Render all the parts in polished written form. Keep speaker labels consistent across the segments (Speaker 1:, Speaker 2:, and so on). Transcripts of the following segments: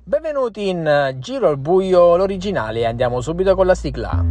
Speaker 1: Benvenuti in Giro al Buio, l'originale, andiamo subito con la sigla.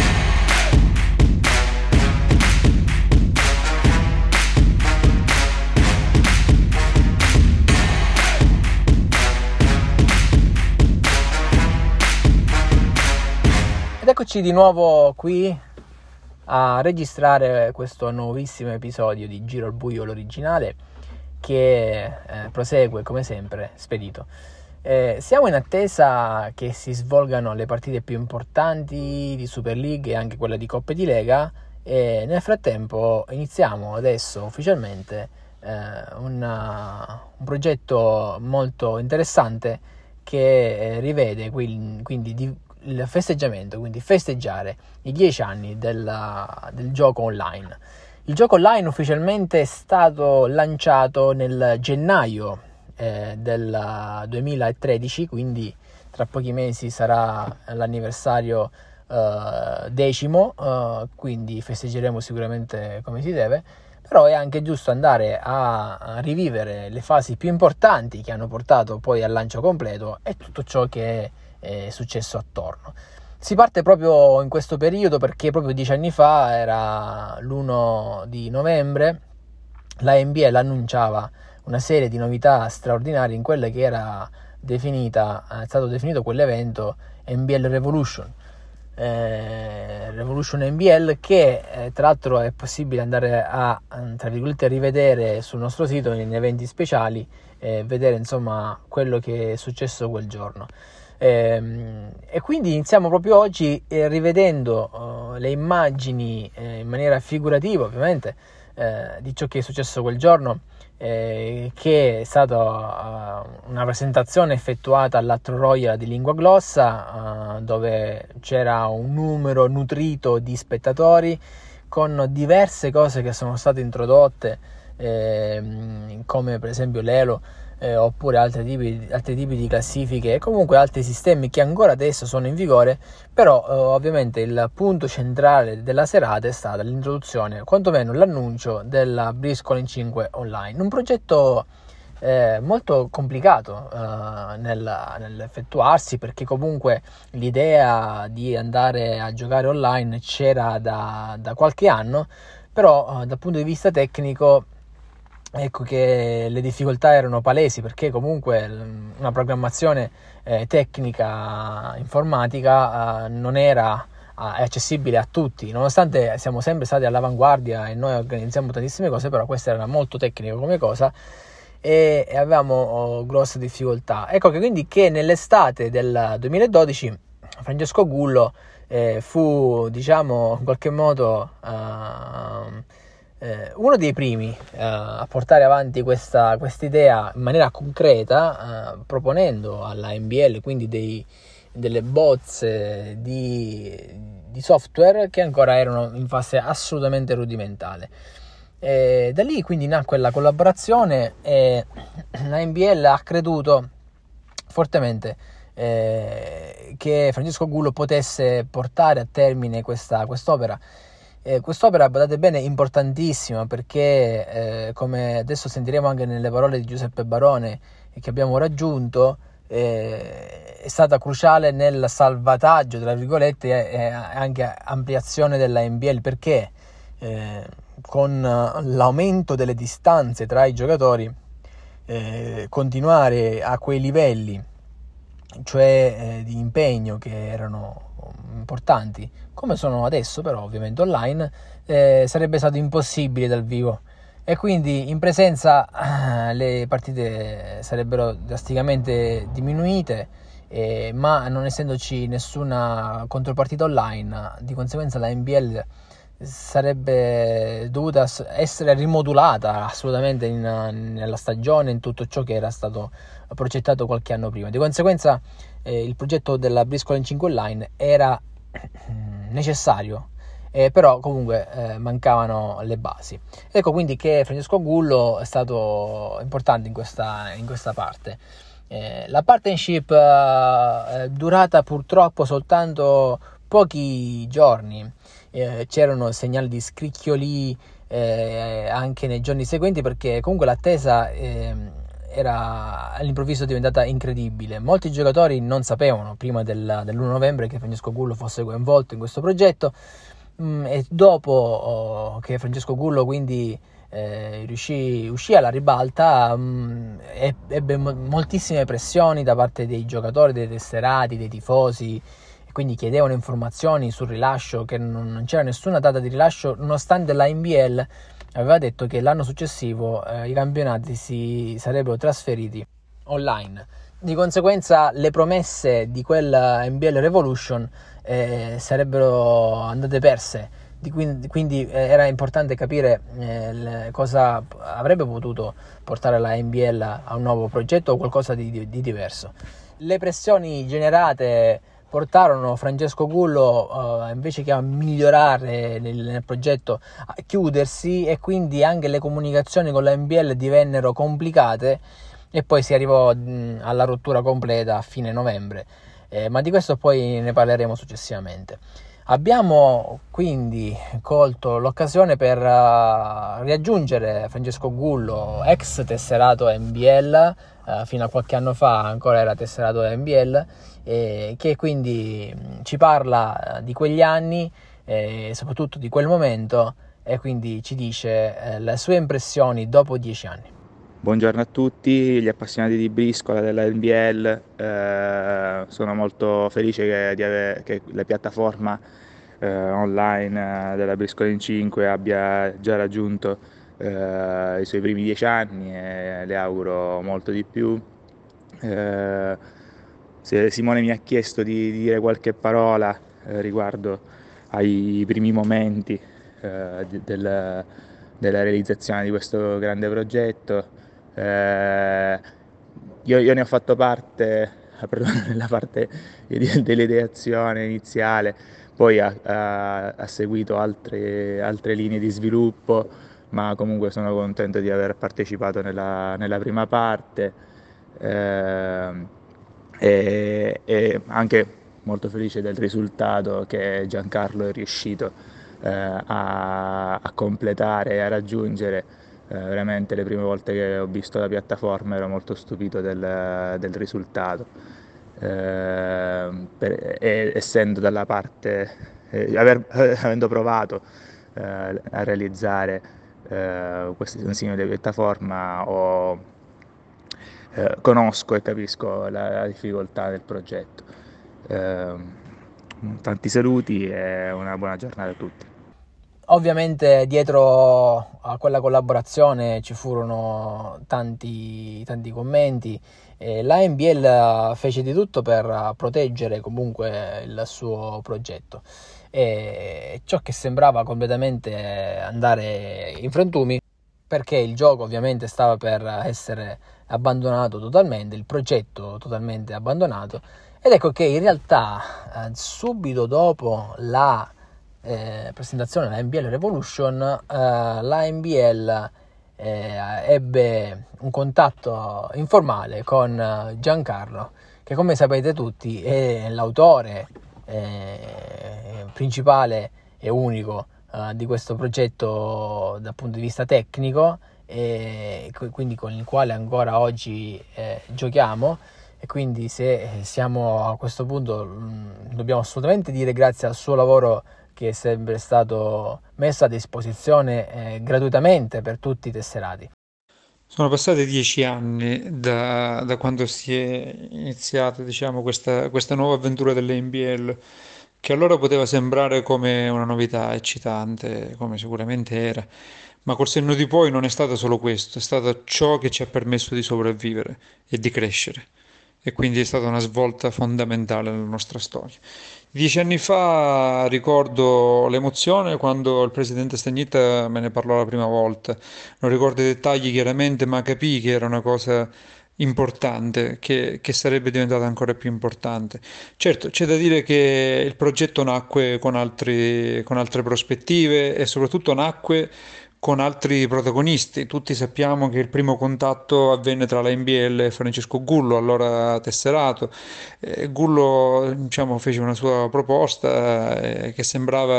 Speaker 1: Ed eccoci di nuovo qui a registrare questo nuovissimo episodio di Giro al Buio, l'originale, che prosegue come sempre spedito. Siamo in attesa che si svolgano le partite più importanti di Super League e anche quella di Coppa di Lega, e nel frattempo iniziamo adesso ufficialmente un progetto molto interessante che rivede quindi il festeggiamento, quindi festeggiare i 10 anni del gioco online. Il gioco online ufficialmente è stato lanciato nel gennaio del 2013, quindi tra pochi mesi sarà l'anniversario 10º, quindi festeggeremo sicuramente come si deve, però è anche giusto andare a rivivere le fasi più importanti che hanno portato poi al lancio completo e tutto ciò che è successo attorno. Si parte proprio in questo periodo perché proprio 10 anni fa, era l'1 di novembre, la NBL annunciava una serie di novità straordinarie in quella che è stato definito quell'evento NBL Revolution. Revolution NBL, che tra l'altro è possibile andare a, tra virgolette, rivedere sul nostro sito in eventi speciali, vedere insomma quello che è successo quel giorno. E quindi iniziamo proprio oggi rivedendo le immagini in maniera figurativa, ovviamente, di ciò che è successo quel giorno, che è stata una presentazione effettuata all'Atro Royal di Lingua Glossa, dove c'era un numero nutrito di spettatori con diverse cose che sono state introdotte, come per esempio l'Elo, oppure altri tipi di classifiche e comunque altri sistemi che ancora adesso sono in vigore. Però ovviamente il punto centrale della serata è stata l'introduzione, quantomeno l'annuncio, della BlizzCon 5 online, un progetto molto complicato nell'effettuarsi, perché comunque l'idea di andare a giocare online c'era da qualche anno, però dal punto di vista tecnico ecco che le difficoltà erano palesi, perché comunque una programmazione tecnica informatica non era accessibile a tutti, nonostante siamo sempre stati all'avanguardia e noi organizziamo tantissime cose, però questa era molto tecnica come cosa e avevamo grosse difficoltà. Ecco che quindi che nell'estate del 2012 Francesco Gullo fu, diciamo, in qualche modo uno dei primi a portare avanti questa idea in maniera concreta, proponendo alla NBL quindi delle bozze di software che ancora erano in fase assolutamente rudimentale. Da lì quindi nacque la collaborazione e la NBL ha creduto fortemente che Francesco Gullo potesse portare a termine quest'opera. Quest'opera, badate bene, è importantissima, perché come adesso sentiremo anche nelle parole di Giuseppe Barone che abbiamo raggiunto, è stata cruciale nel salvataggio, tra virgolette, e anche ampliazione della NBL, perché con l'aumento delle distanze tra i giocatori, continuare a quei livelli, cioè di impegno, che erano importanti come sono adesso, però ovviamente online, sarebbe stato impossibile dal vivo, e quindi in presenza le partite sarebbero drasticamente diminuite, ma non essendoci nessuna contropartita online, di conseguenza la NBL sarebbe dovuta essere rimodulata assolutamente nella stagione, in tutto ciò che era stato progettato qualche anno prima. Di conseguenza il progetto della BlizzCon 5 online era necessario, però comunque mancavano le basi. Ecco quindi che Francesco Gullo è stato importante in questa parte. La partnership è durata purtroppo soltanto pochi giorni, c'erano segnali di scricchioli anche nei giorni seguenti, perché comunque l'attesa era all'improvviso diventata incredibile. Molti giocatori non sapevano prima dell'1 novembre che Francesco Gullo fosse coinvolto in questo progetto, e dopo che Francesco Gullo quindi uscì alla ribalta, ebbe moltissime pressioni da parte dei giocatori, dei tesserati, dei tifosi, e quindi chiedevano informazioni sul rilascio, che non c'era nessuna data di rilascio, nonostante la NBL aveva detto che l'anno successivo i campionati si sarebbero trasferiti online. Di conseguenza le promesse di quella NBL Revolution sarebbero andate perse. Quindi era importante capire cosa avrebbe potuto portare la NBL a un nuovo progetto o qualcosa di diverso. Le pressioni generate portarono Francesco Gullo, invece che a migliorare nel progetto, a chiudersi, e quindi anche le comunicazioni con la NBL divennero complicate, e poi si arrivò alla rottura completa a fine novembre, ma di questo poi ne parleremo successivamente. Abbiamo quindi colto l'occasione per riaggiungere Francesco Gullo, ex tesserato NBL, fino a qualche anno fa ancora era tesserato NBL, che quindi ci parla di quegli anni, soprattutto di quel momento, e quindi ci dice le sue impressioni dopo 10 anni.
Speaker 2: Buongiorno a tutti gli appassionati di briscola della NBL, sono molto felice che la piattaforma online della Briscola in 5 abbia già raggiunto i suoi primi 10 anni, e le auguro molto di più. Simone mi ha chiesto di dire qualche parola riguardo ai primi momenti della realizzazione di questo grande progetto. Io ne ho fatto parte, nella parte dell'ideazione iniziale, poi ha seguito altre linee di sviluppo, ma comunque sono contento di aver partecipato nella prima parte, e anche molto felice del risultato che Giancarlo è riuscito a completare e a raggiungere. Veramente le prime volte che ho visto la piattaforma ero molto stupito del risultato, essendo dalla parte, avendo provato a realizzare questo disegno di piattaforma, conosco e capisco la difficoltà del progetto. Tanti saluti e una buona giornata a tutti.
Speaker 1: Ovviamente dietro a quella collaborazione ci furono tanti commenti, e la NBL fece di tutto per proteggere comunque il suo progetto, e ciò che sembrava completamente andare in frantumi, perché il gioco ovviamente stava per essere abbandonato totalmente, il progetto totalmente abbandonato. Ed ecco che in realtà subito dopo la presentazione della NBL Revolution, la NBL ebbe un contatto informale con Giancarlo, che come sapete tutti è l'autore principale e unico di questo progetto dal punto di vista tecnico, e quindi con il quale ancora oggi giochiamo. E quindi se siamo a questo punto dobbiamo assolutamente dire grazie al suo lavoro, che è sempre stato messo a disposizione gratuitamente per tutti i tesserati.
Speaker 3: Sono passati 10 anni da quando si è iniziata, diciamo, questa nuova avventura dell'NBL, che allora poteva sembrare come una novità eccitante, come sicuramente era, ma col senno di poi non è stato solo questo, è stato ciò che ci ha permesso di sopravvivere e di crescere. E quindi è stata una svolta fondamentale nella nostra storia. 10 anni fa ricordo l'emozione quando il presidente Stagnita me ne parlò la prima volta. Non ricordo i dettagli chiaramente, ma capii che era una cosa importante, che sarebbe diventata ancora più importante. Certo, c'è da dire che il progetto nacque con altre prospettive e soprattutto nacque con altri protagonisti. Tutti sappiamo che il primo contatto avvenne tra la NBL e Francesco Gullo, allora tesserato. Gullo, diciamo, fece una sua proposta che sembrava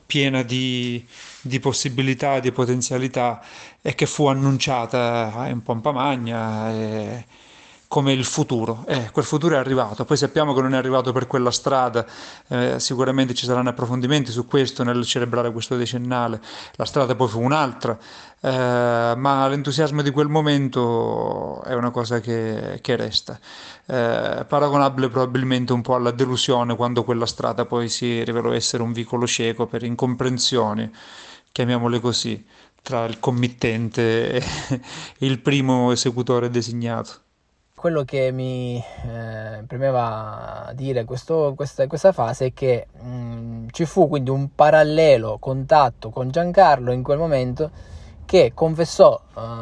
Speaker 3: piena di possibilità, di potenzialità, e che fu annunciata in pompa magna come il futuro. Quel futuro è arrivato, poi sappiamo che non è arrivato per quella strada, sicuramente ci saranno approfondimenti su questo nel celebrare questo decennale, la strada poi fu un'altra, ma l'entusiasmo di quel momento è una cosa che resta, paragonabile probabilmente un po' alla delusione quando quella strada poi si rivelò essere un vicolo cieco per incomprensioni, chiamiamole così, tra il committente e il primo esecutore designato.
Speaker 1: Quello che mi premeva dire questa fase è che ci fu quindi un parallelo contatto con Giancarlo in quel momento, che confessò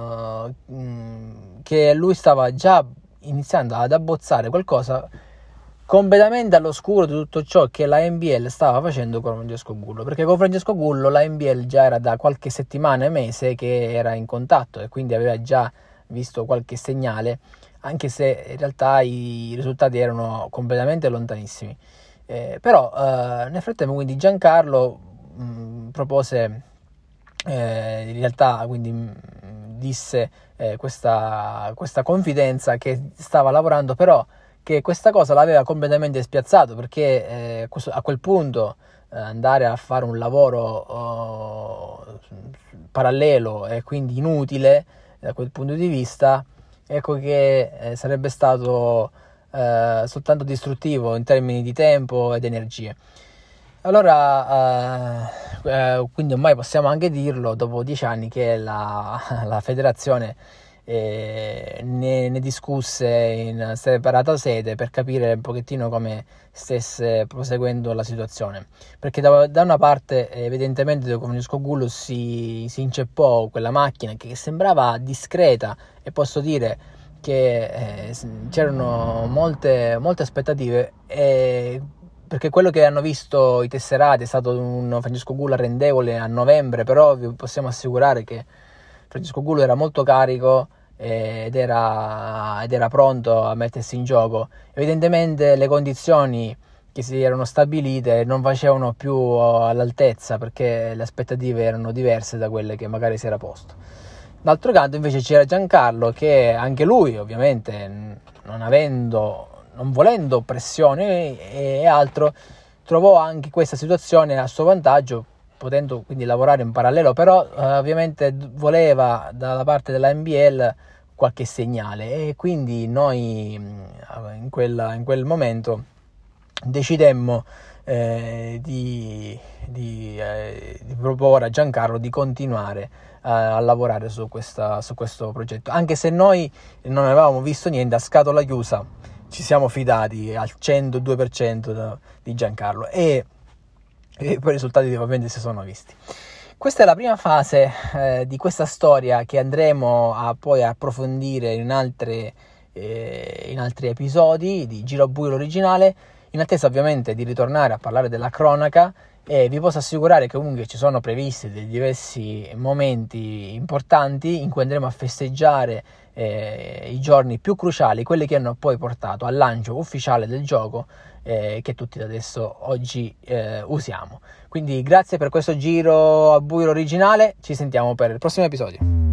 Speaker 1: che lui stava già iniziando ad abbozzare qualcosa completamente all'oscuro di tutto ciò che la NBL stava facendo con Francesco Gullo, perché con Francesco Gullo la NBL già era da qualche settimana e mese che era in contatto e quindi aveva già visto qualche segnale, anche se in realtà i risultati erano completamente lontanissimi. Però nel frattempo quindi Giancarlo propose, in realtà quindi disse questa confidenza che stava lavorando, però che questa cosa l'aveva completamente spiazzato, perché a quel punto andare a fare un lavoro parallelo e quindi inutile da quel punto di vista, ecco che sarebbe stato soltanto distruttivo in termini di tempo ed energie. Allora, quindi ormai possiamo anche dirlo, dopo 10 anni, che la federazione ne discusse in separata sede per capire un pochettino come stesse proseguendo la situazione, perché da una parte evidentemente con Francesco Gullo si inceppò quella macchina che sembrava discreta, e posso dire che c'erano molte aspettative, perché quello che hanno visto i tesserati è stato un Francesco Gullo arrendevole a novembre, però vi possiamo assicurare che Francesco Gullo era molto carico ed era pronto a mettersi in gioco. Evidentemente le condizioni che si erano stabilite non facevano più all'altezza, perché le aspettative erano diverse da quelle che magari si era posto. D'altro canto invece c'era Giancarlo, che anche lui ovviamente non volendo pressioni e altro, trovò anche questa situazione a suo vantaggio, potendo quindi lavorare in parallelo, però ovviamente voleva dalla parte della NBL qualche segnale, e quindi noi in quel momento decidemmo di proporre a Giancarlo di continuare a lavorare su questo progetto, anche se noi non avevamo visto niente, a scatola chiusa ci siamo fidati al 102% di Giancarlo, e poi i risultati ovviamente si sono visti. Questa è la prima fase di questa storia, che andremo a poi approfondire in altri episodi di Giro Buio l'originale, in attesa ovviamente di ritornare a parlare della cronaca. E vi posso assicurare che comunque ci sono previsti dei diversi momenti importanti in cui andremo a festeggiare i giorni più cruciali, quelli che hanno poi portato al lancio ufficiale del gioco, che tutti da adesso oggi usiamo. Quindi grazie per questo Giro a Buio originale, ci sentiamo per il prossimo episodio.